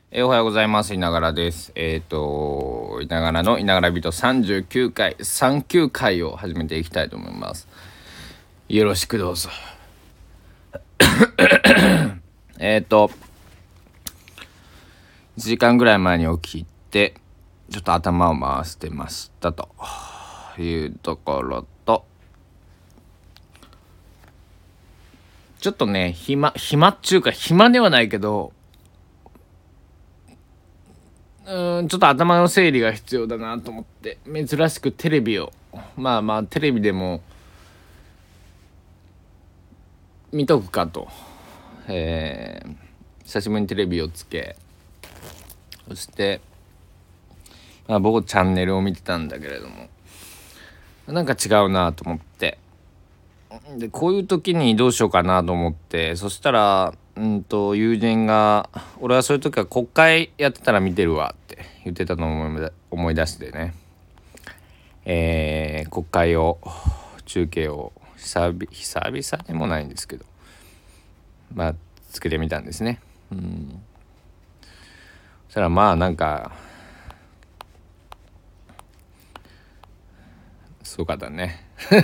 おはようございます。いながらです。いながらのいながら人39回、39回を始めていきたいと思います。よろしくどうぞ。1時間ぐらい前に起きて、ちょっと頭を回してましたというところと、ちょっとね、暇っちゅうか暇ではないけど、ちょっと頭の整理が必要だなと思って珍しくテレビをテレビでも見とくかと、久しぶりにテレビをつけ、そして、僕チャンネルを見てたんだけれども、なんか違うなと思って、でこういう時にどうしようかなと思って、そしたら友人が俺はそういう時は国会やってたら見てるわって言ってたのを思い出してね、国会を中継を久々でもないんですけどつけてみたんですね。そしたらなんかすごかったね。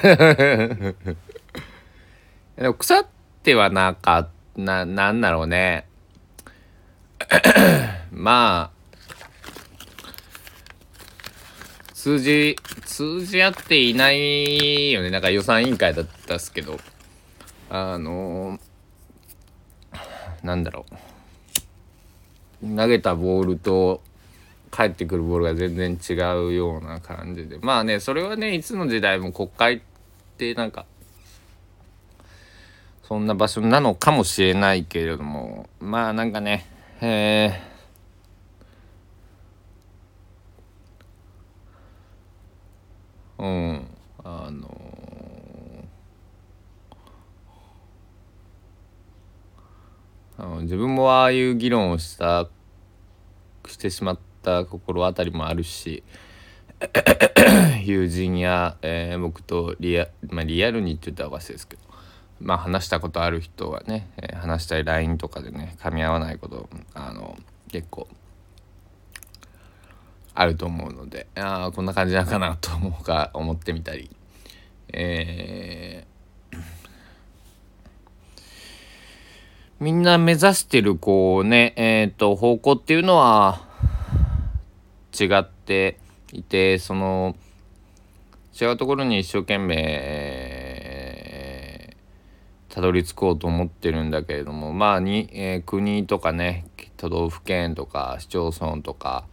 でも腐ってはなんだろうね。通じ合っていないよね。なんか予算委員会だったっすけど、なんだろう、投げたボールと返ってくるボールが全然違うような感じで、それはね、いつの時代も国会ってなんかそんな場所なのかもしれないけれども、なんかね、うん自分もああいう議論をしてしまった心当たりもあるし、友人や、僕とリアルにって言ったらおかしいですけど、話したことある人はね、話したい LINE とかでね噛み合わないこと結構あると思うので、こんな感じなのかなと思ってみたり、みんな目指してるこうね方向っていうのは違っていて、その違うところに一生懸命たどり着こうと思ってるんだけれども、国とかね、都道府県とか市町村とか、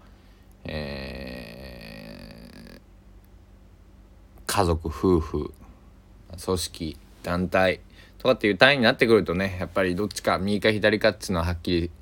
家族夫婦組織団体とかっていう単位になってくるとね、やっぱりどっちか右か左かっていうのははっきり、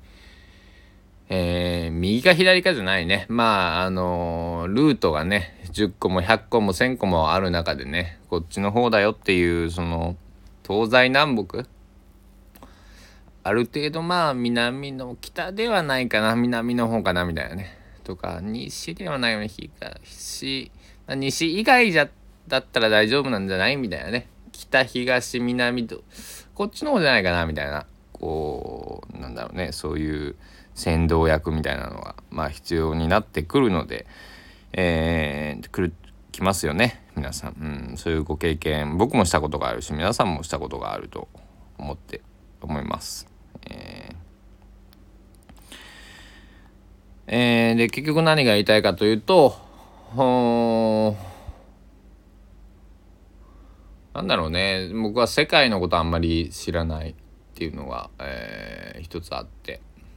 右か左かじゃないね、ルートがね10個も100個も1000個もある中でね、こっちの方だよっていう、その東西南北ある程度南の北ではないかな、南の方かなみたいなね、とか西ではないよね、西以外だったら大丈夫なんじゃないみたいなね、北東南とこっちの方じゃないかなみたいな、こうなんだろうね、そういう先導役みたいなのが必要になってくるので、きますよね皆さん、そういうご経験僕もしたことがあるし、皆さんもしたことがあると思います。で結局何が言いたいかというと、なんだろうね、僕は世界のことあんまり知らないっていうのが、一つあって、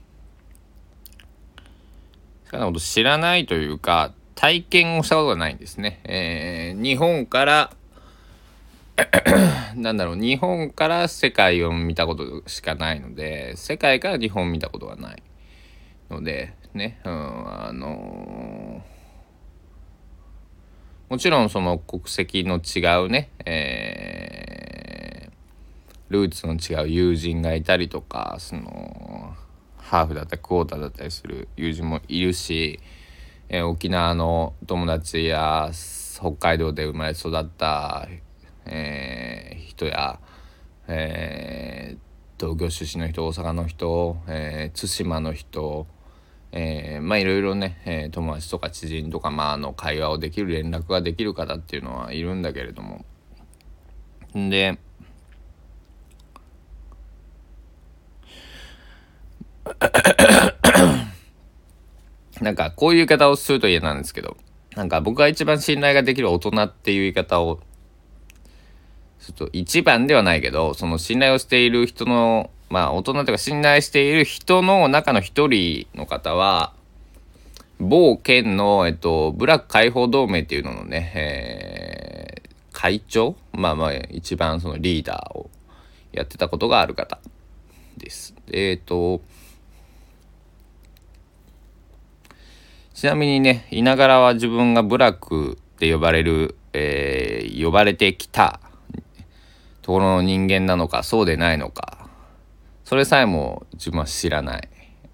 世界のこと知らないというか体験をしたことがないんですね。日本から日本から世界を見たことしかないので、世界から日本を見たことがないのでね、もちろんその国籍の違うね、ルーツの違う友人がいたりとか、そのハーフだったりクォーターだったりする友人もいるし、沖縄の友達や北海道で生まれ育った、人や、東京出身の人、大阪の人、対馬の人、 まあいろいろね、友達とか知人とか、会話をできる連絡ができる方っていうのはいるんだけれども、でなんかこういう言い方をすると嫌なんですけど、なんか僕が一番信頼ができる大人っていう言い方をちょっと一番ではないけど、その信頼をしている人の、大人というか信頼している人の中の一人の方は、某県の、ブラック解放同盟っていうののね、会長、一番そのリーダーをやってたことがある方です。ちなみにね、いながらは自分がブラックって呼ばれる、呼ばれてきたところの人間なのかそうでないのか、それさえも自分は知らない。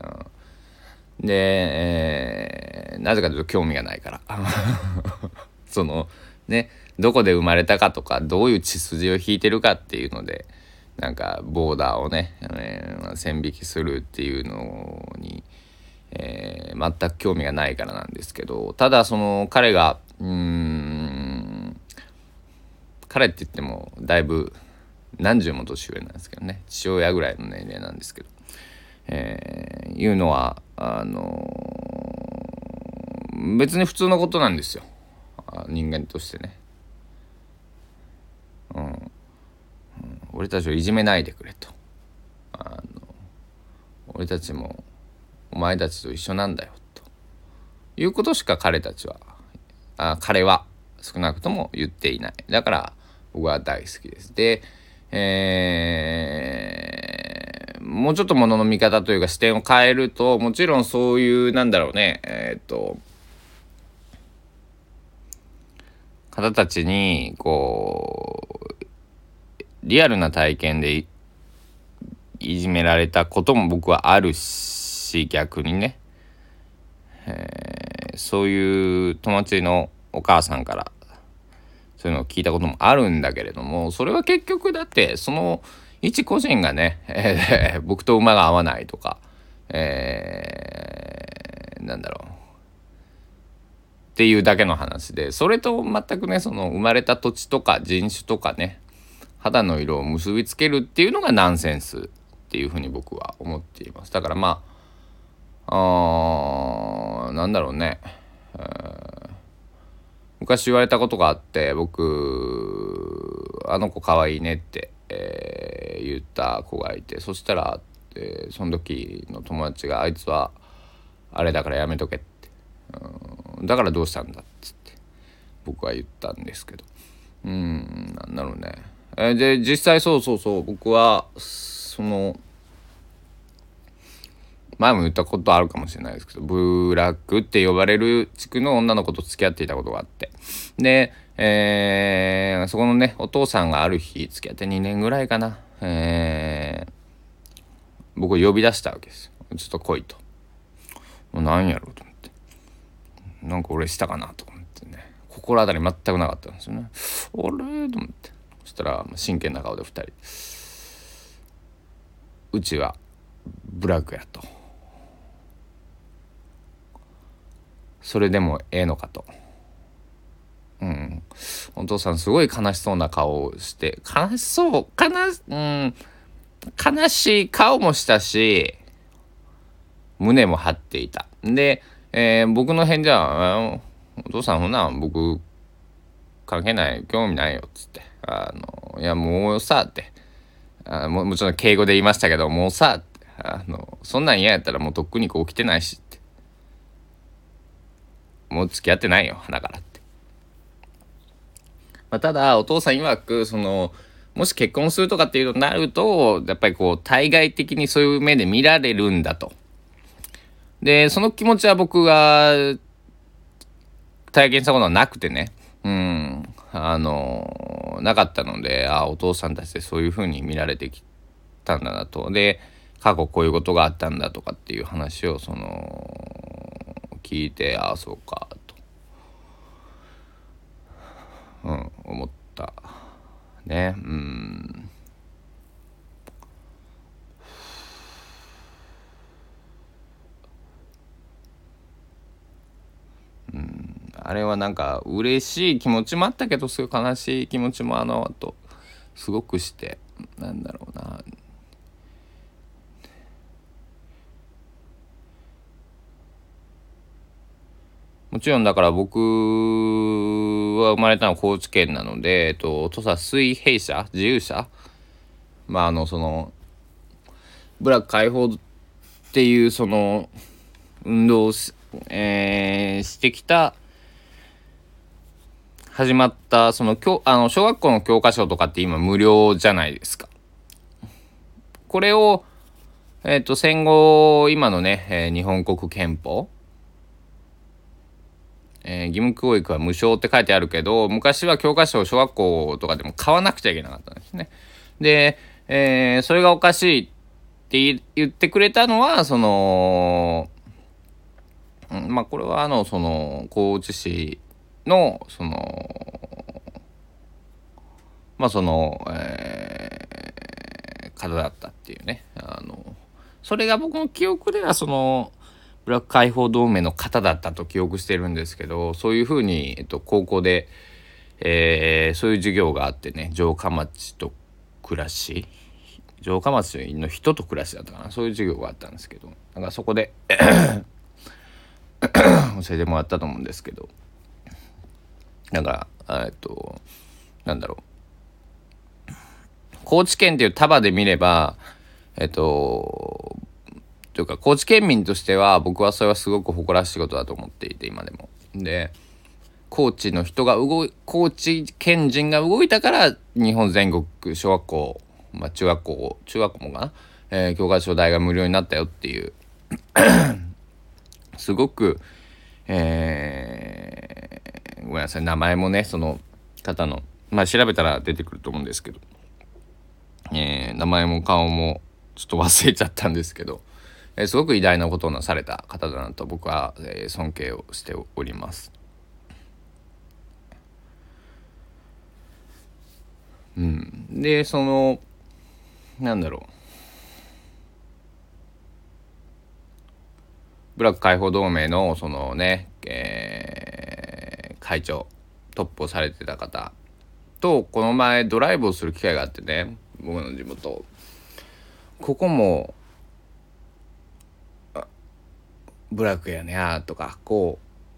で、なぜかというと興味がないからそのね、どこで生まれたかとかどういう血筋を引いてるかっていうのでなんかボーダーをね、線引きするっていうのに、全く興味がないからなんですけど、ただその彼が彼って言ってもだいぶ何十も年上なんですけどね、父親ぐらいの年齢なんですけど、いうのは別に普通のことなんですよ、人間としてね。俺たちをいじめないでくれと、俺たちもお前たちと一緒なんだよということしか彼は少なくとも言っていない。だから僕は大好きです。で、もうちょっとものの見方というか視点を変えると、もちろんそういう方たちにこうリアルな体験でいじめられたことも僕はあるし、逆にね、そういう友達のお母さんからそういうのを聞いたこともあるんだけれども、それは結局だってその一個人がね、僕と馬が合わないとか、っていうだけの話で、それと全くね、その生まれた土地とか人種とかね、肌の色を結びつけるっていうのがナンセンスっていうふうに僕は思っています。だから昔言われたことがあって、僕あの子可愛いねって、言った子がいて、そしたら、その時の友達があいつはあれだからやめとけって、だからどうしたんだっつって僕は言ったんですけど、で実際そう僕はその前も言ったことあるかもしれないですけど、ブラックって呼ばれる地区の女の子と付き合っていたことがあって、で、そこのねお父さんがある日付き合って2年ぐらいかな、僕を呼び出したわけですよ。ちょっと来いと。何やろうと思って、なんか俺したかなと思ってね、心当たり全くなかったんですよね。あれと思って、そしたら真剣な顔で2人、うちはブラックやと、それでもええのかと。お父さんすごい悲しそうな顔をして、悲しい顔もしたし胸も張っていた。で、僕の返事はお父さんほな僕関係ない、興味ないよっつって、いやもうさって、もちろん敬語で言いましたけど、もうさって、そんなん嫌やったらもうとっくにこう来てないしって、もう付き合ってないよだからって。ただお父さん曰くもし結婚するとかっていうのになると、やっぱりこう対外的にそういう目で見られるんだと。でその気持ちは僕が体験したことはなくてね、なかったので、お父さんたちでそういう風に見られてきたんだなと。で過去こういうことがあったんだとかっていう話を聞いて、そうかと、思ったね。 あれはなんか嬉しい気持ちもあったけど、すごい悲しい気持ちも後すごくして、なんだろうな、もちろんだから僕は生まれたのは高知県なので、土佐水平社自由社、その部落解放っていうその運動をしてきた、始まったその小学校の教科書とかって今無料じゃないですか。これを戦後今のね、日本国憲法、義務教育は無償って書いてあるけど、昔は教科書を小学校とかでも買わなくちゃいけなかったんですね。で、それがおかしいって言ってくれたのはその、これはその高知市のその方だったっていうね、それが僕の記憶ではそのブラック解放同盟の方だったと記憶してるんですけど、そういうふうに、高校で、そういう授業があってね、城下町と暮らし、城下町の人と暮らしだったかな、そういう授業があったんですけど、なんかそこで教えてもらったと思うんですけど、なんかなんだろう、高知県っていう束で見ればというか高知県民としては僕はそれはすごく誇らしいことだと思っていて、今でも。で、高知の人が高知県人が動いたから日本全国小学校、中学校もかな、教科書代が無料になったよっていうすごく、ごめんなさい、名前もねその方の調べたら出てくると思うんですけど、名前も顔もちょっと忘れちゃったんですけど、すごく偉大なことをなされた方だなと僕は、尊敬をしております。でそのなんだろう、ブラック解放同盟のそのね、会長トップをされてた方とこの前ドライブをする機会があってね、僕の地元、ここもブラックやねやとかこ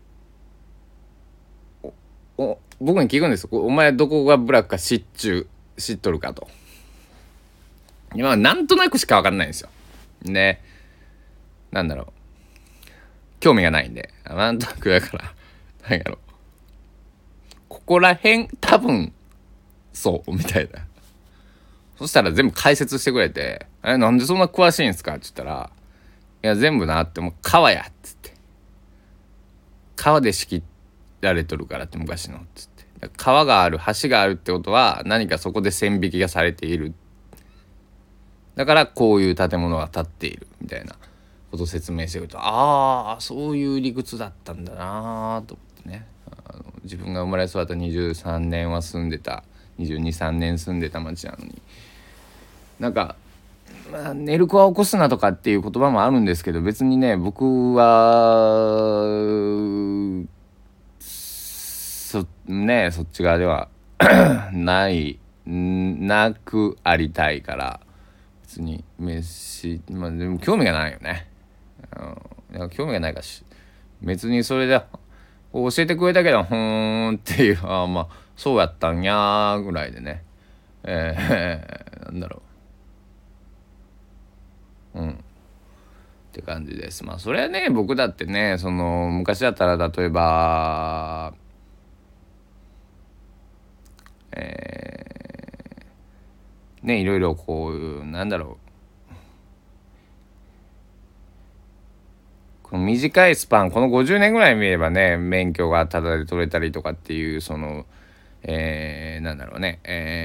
う僕に聞くんですよ。お前どこがブラックか知っとるかと。今なんとなくしか分かんないんですよ。で、なんだろう、興味がないんで、なんとなくだからなんやろ、ここら辺多分そうみたいな。そしたら全部解説してくれて、なんでそんな詳しいんですかって言ったら、いや全部なって、もう川やっつって、川で仕切られとるからって昔のっつって、川がある橋があるってことは何かそこで線引きがされている、だからこういう建物が建っているみたいなことを説明してくると、ああそういう理屈だったんだなと思ってね、自分が生まれ育った23年は住んでた22、3年住んでた町なのに、なんか、寝る子は起こすなとかっていう言葉もあるんですけど、別にね僕はそっち側ではなくありたいから、別にでも興味がないよね。興味がないから別にそれで教えてくれたけどふーんっていう、そうやったんやーぐらいでね、なんだろう、って感じです。それはね、僕だってね、その昔だったら例えばいろいろこうなんだろう、この短いスパン、この50年ぐらい見ればね、免許がタダで取れたりとかっていうそのなんだろうね、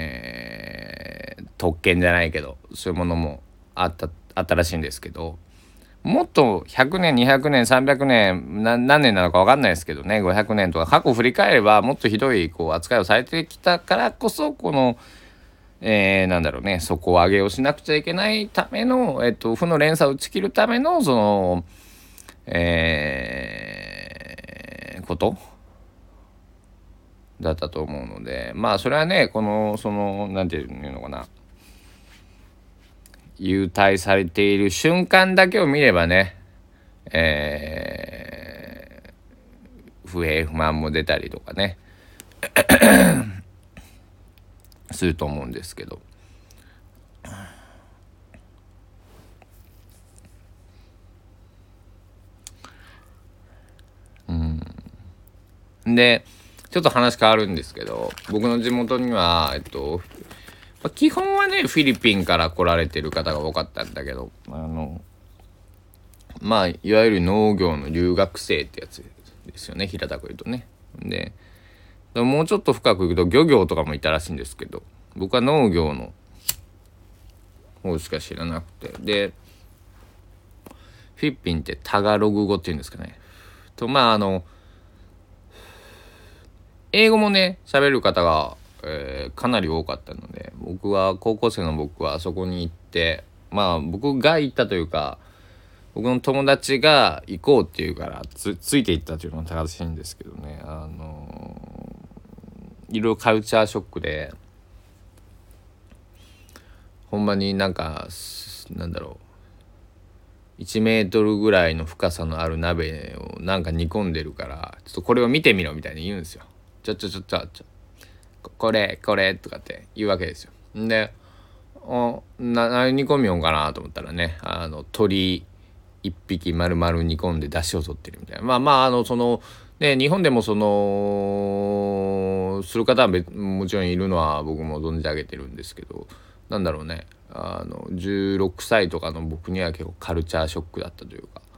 特権じゃないけどそういうものもあったらしいんですけど、もっと100年200年300年何年なのか分かんないですけどね、500年とか過去を振り返ればもっとひどいこう扱いをされてきたからこそ、このなんだろうね、底上げをしなくちゃいけないための、負の連鎖を打ち切るためのその、ことだったと思うので、まあそれはねなんていうのかな、優待されている瞬間だけを見ればね、不平不満も出たりとかねすると思うんですけど、でちょっと話変わるんですけど、僕の地元には基本はねフィリピンから来られてる方が多かったんだけど、まあいわゆる農業の留学生ってやつですよね、平たく言うとね。でもうちょっと深く言うと漁業とかもいたらしいんですけど、僕は農業の方しか知らなくて、でフィリピンってタガログ語っていうんですかね、と英語もね喋る方が、かなり多かったので、高校生の僕はそこに行って、まあ僕が行ったというか僕の友達が行こうっていうからついていったというのが正しいんですけどね、いろいろカルチャーショックで、ほんまになんだろう、1メートルぐらいの深さのある鍋をなんか煮込んでるから、ちょっとこれを見てみろみたいに言うんですよ。これとかって言うわけですよ。で何煮込みようかなと思ったらね、鶏一匹丸々煮込んで出汁を取ってるみたいな。日本でもする方はもちろんいるのは僕も存じ上げてるんですけど、なんだろうね、16歳とかの僕には結構カルチャーショックだったというか、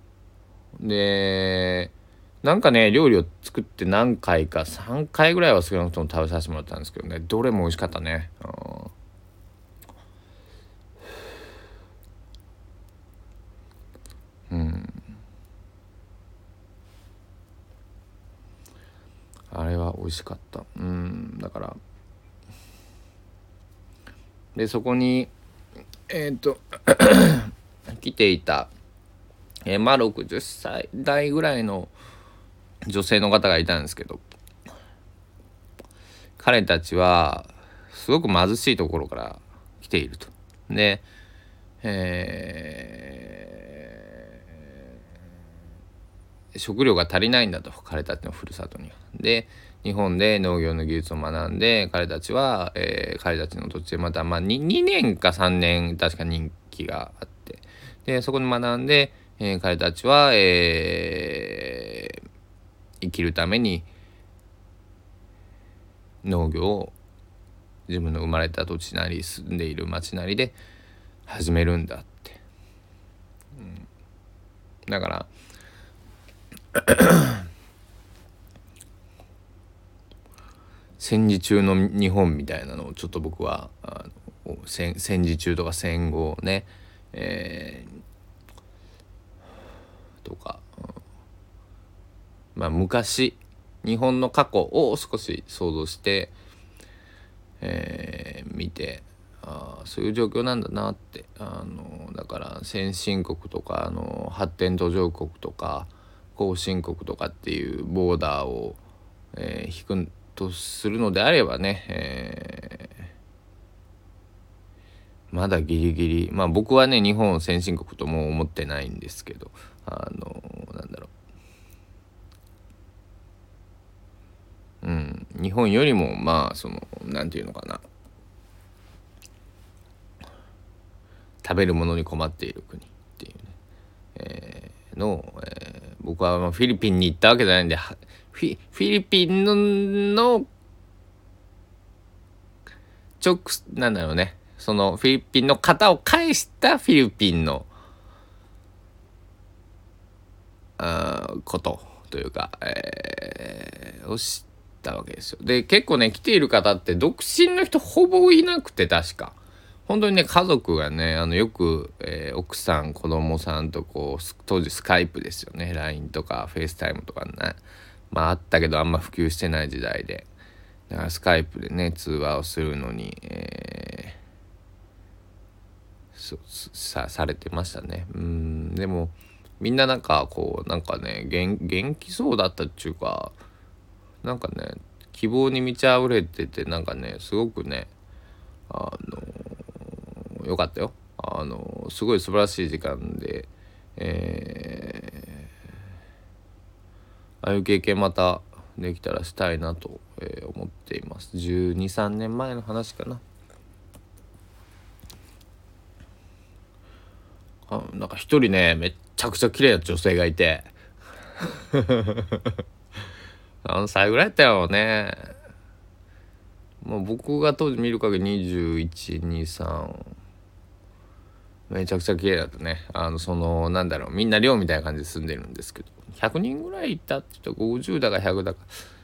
でなんかね料理を作って何回か3回ぐらいは少なくとも食べさせてもらったんですけどね、どれも美味しかったね。あれは美味しかった。だからでそこに来ていた、まあ60歳代ぐらいの女性の方がいたんですけど、彼たちはすごく貧しいところから来ていると。で、食料が足りないんだと、彼たちのふるさとには。で日本で農業の技術を学んで彼たちは、彼たちの土地でまた、2年か3年確か任期があって、でそこで学んで、彼たちは、生きるために農業を自分の生まれた土地なり住んでいる町なりで始めるんだって、だから戦時中の日本みたいなのをちょっと僕は戦時中とか戦後ね、とか、昔日本の過去を少し想像して、見て、そういう状況なんだなって、だから先進国とか発展途上国とか後進国とかっていうボーダーを、引くとするのであればね、まだギリギリ、僕はね日本を先進国とも思ってないんですけど、なんだろう、日本よりもなんていうのかな、食べるものに困っている国っていうね、僕はフィリピンに行ったわけじゃないんで、フィリピンのなんだろうね、そのフィリピンの型を返したフィリピンのことというか、を知ったわけですよ。で結構ね来ている方って独身の人ほぼいなくて、確か本当にね家族がねよく、奥さん子供さんと当時スカイプですよね、 LINE とかフェイスタイムとかね、あったけどあんま普及してない時代で、だからスカイプでね通話をするのに、されてましたね。でもみんななんかね元気そうだったっていうか、なんかね希望に満ち溢れてて、なんかねすごくねよかったよ。すごい素晴らしい時間で、ああいう経験またできたらしたいなと、思っています。12、3年前の話かな。なんか一人ねめっちゃくちゃ綺麗な女性がいて何歳ぐらいやったよね。もう僕が当時見る限り21、23、めちゃくちゃ綺麗だったね。なんだろう、みんな寮みたいな感じで住んでるんですけど、100人ぐらいいたって言ったら50だか100だか、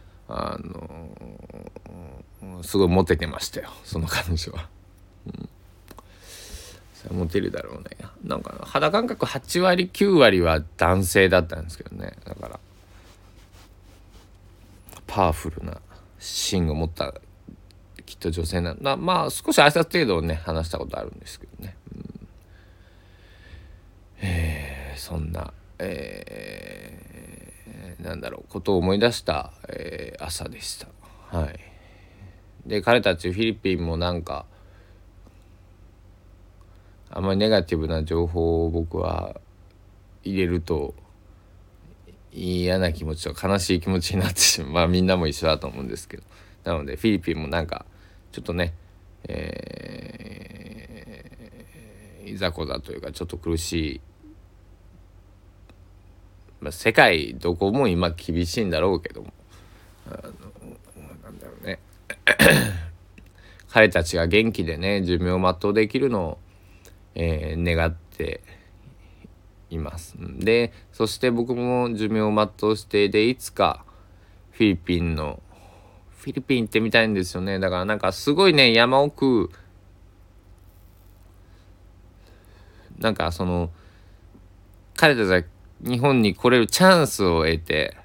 すごいモテてましたよ、その彼女は。それモテるだろうね。なんか肌感覚8割9割は男性だったんですけどね。だからパワフルな芯を持ったきっと女性なんだ。まあ少し挨拶程度をね話したことあるんですけどね。そんな、なんだろうことを思い出した、朝でした。はい。で彼たちフィリピンもなんかあまりネガティブな情報を僕は入れると嫌な気持ちと悲しい気持ちになってしまう。まあみんなも一緒だと思うんですけど、なのでフィリピンもなんかちょっとね、いざこざというかちょっと苦しい、世界どこも今厳しいんだろうけども、なんだろうね彼たちが元気でね寿命を全うできるのを、願っています。でそして僕も寿命を全うしてでいつかフィリピン行ってみたいんですよね。だからなんかすごいね山奥、なんか彼たちが日本に来れるチャンスを得て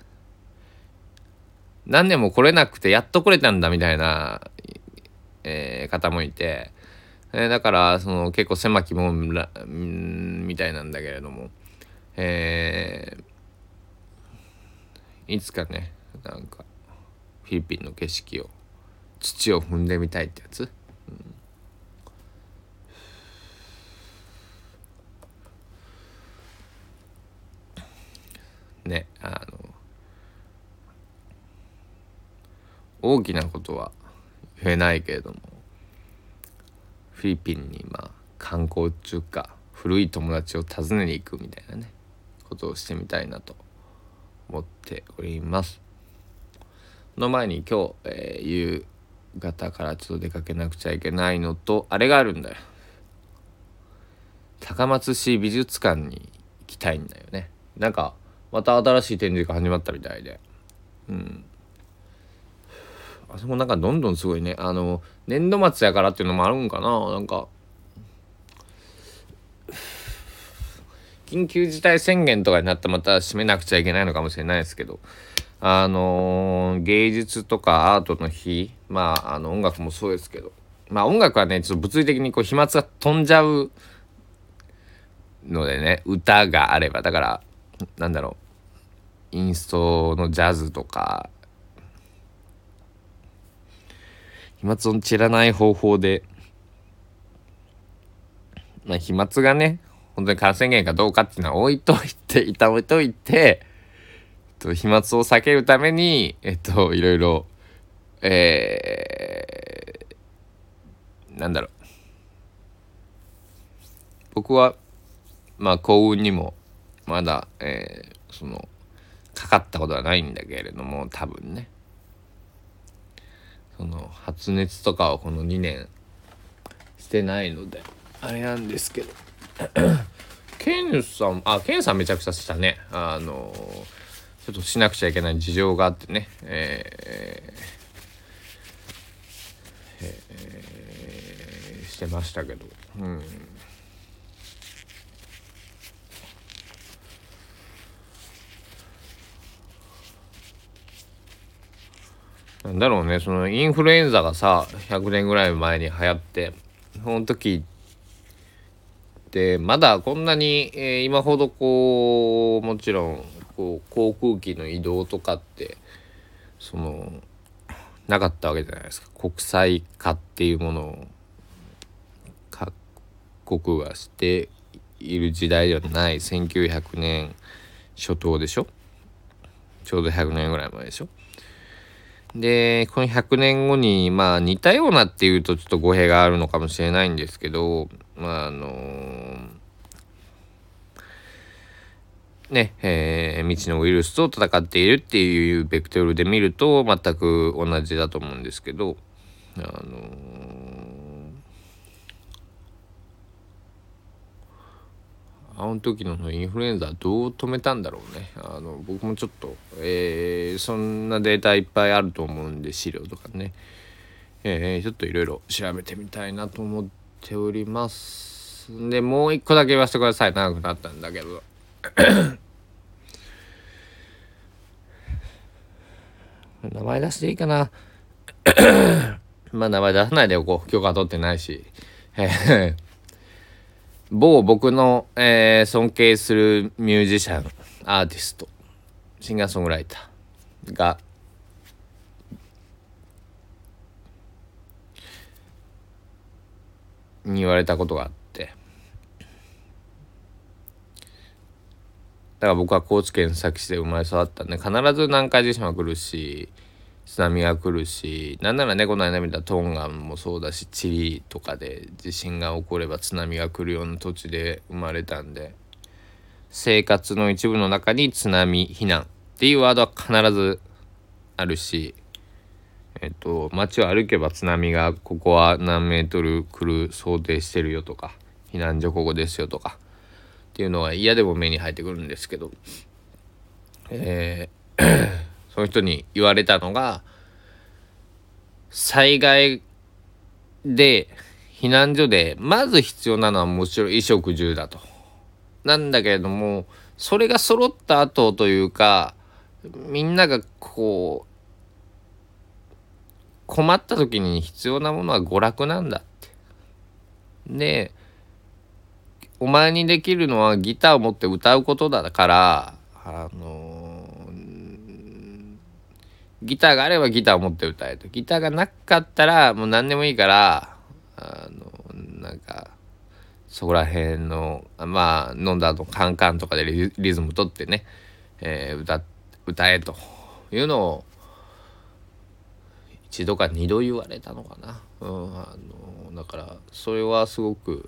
何年も来れなくてやっと来れたんだみたいな、方もいて、だから結構狭き門みたいなんだけれども、いつかねなんかフィリピンの景色を土を踏んでみたいってやつ、ね大きなことは言えないけれどもフィリピンに観光中か古い友達を訪ねに行くみたいなねことをしてみたいなと思っております。その前に今日、夕方からちょっと出かけなくちゃいけないのとあれがあるんだよ。高松市美術館に行きたいんだよね。なんかまた新しい展示が始まったみたいで、あそこなんかどんどんすごいね。年度末やからっていうのもあるんかな。なんか緊急事態宣言とかになったらまた閉めなくちゃいけないのかもしれないですけど、芸術とかアートの日、音楽もそうですけど、音楽はねちょっと物理的に飛沫が飛んじゃうのでね、歌があれば、だからなんだろう、インストのジャズとか飛沫を散らない方法で、飛沫がね本当に感染源かどうかっていうのは置いといて、飛沫を避けるためにいろいろなんだろう、僕は幸運にもまだ、かかったことはないんだけれども、多分ね発熱とかはこの2年してないのであれなんですけどケンさんめちゃくちゃしたね。ちょっとしなくちゃいけない事情があってね、してましたけど、なんだろうね、インフルエンザがさ100年ぐらい前に流行って、その時ってまだこんなに、今ほどもちろん航空機の移動とかってなかったわけじゃないですか。国際化っていうものを各国がしている時代ではない1900年初頭でしょ。ちょうど100年ぐらい前でしょ。でこの100年後にまあ似たようなっていうとちょっと語弊があるのかもしれないんですけど、未知のウイルスと戦っているっていうベクトルで見ると全く同じだと思うんですけど、あの時のインフルエンザどう止めたんだろうね。僕もちょっと、そんなデータいっぱいあると思うんで資料とかね、ちょっといろいろ調べてみたいなと思っております。でもう一個だけ言わせてください。長くなったんだけど名前出していいかなまあ名前出さないでおこう。許可取ってないし某僕の、尊敬するミュージシャンアーティストシンガーソングライターがに言われたことがあって、だから僕は高知県須崎市で生まれ育ったんで、必ず南海地震は来るし津波が来るし、なんならねこの間見たトンガンもそうだし、チリとかで地震が起これば津波が来るような土地で生まれたんで、生活の一部の中に津波避難っていうワードは必ずあるし、街を歩けば津波がここは何メートル来る想定してるよとか、避難所ここですよとかっていうのは嫌でも目に入ってくるんですけど、その人に言われたのが、災害で避難所でまず必要なのはもちろん衣食住だと。なんだけれども、それが揃った後というか、みんながこう困った時に必要なものは娯楽なんだって。で、お前にできるのはギターを持って歌うことだから、ギターがあればギターを持って歌えと。ギターがなかったらもう何でもいいから、なんかそこら辺のまあ飲んだ後カンカンとかでリズム取ってね、歌えというのを一度か二度言われたのかな。だからそれはすごく、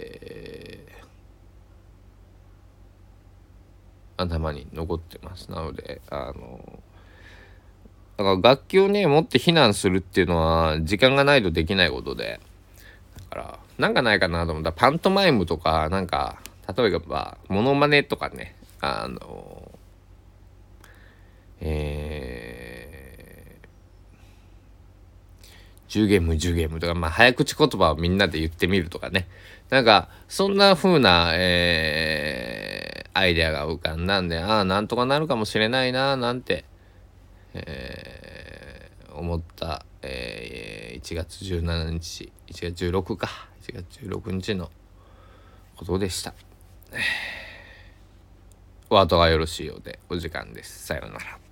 頭に残ってます。なのでだから楽器をね持って避難するっていうのは時間がないとできないことで、だからなんかないかなと思ったらパントマイムとか、なんか例えばモノマネとかね、10ゲーム10ゲームとか、まあ早口言葉をみんなで言ってみるとかね、なんかそんな風な、アイデアが浮かんだんで、なんとかなるかもしれないななんて、思った、1月17日1月16か1月16日のことでした。お後がよろしいようでお時間です。さようなら。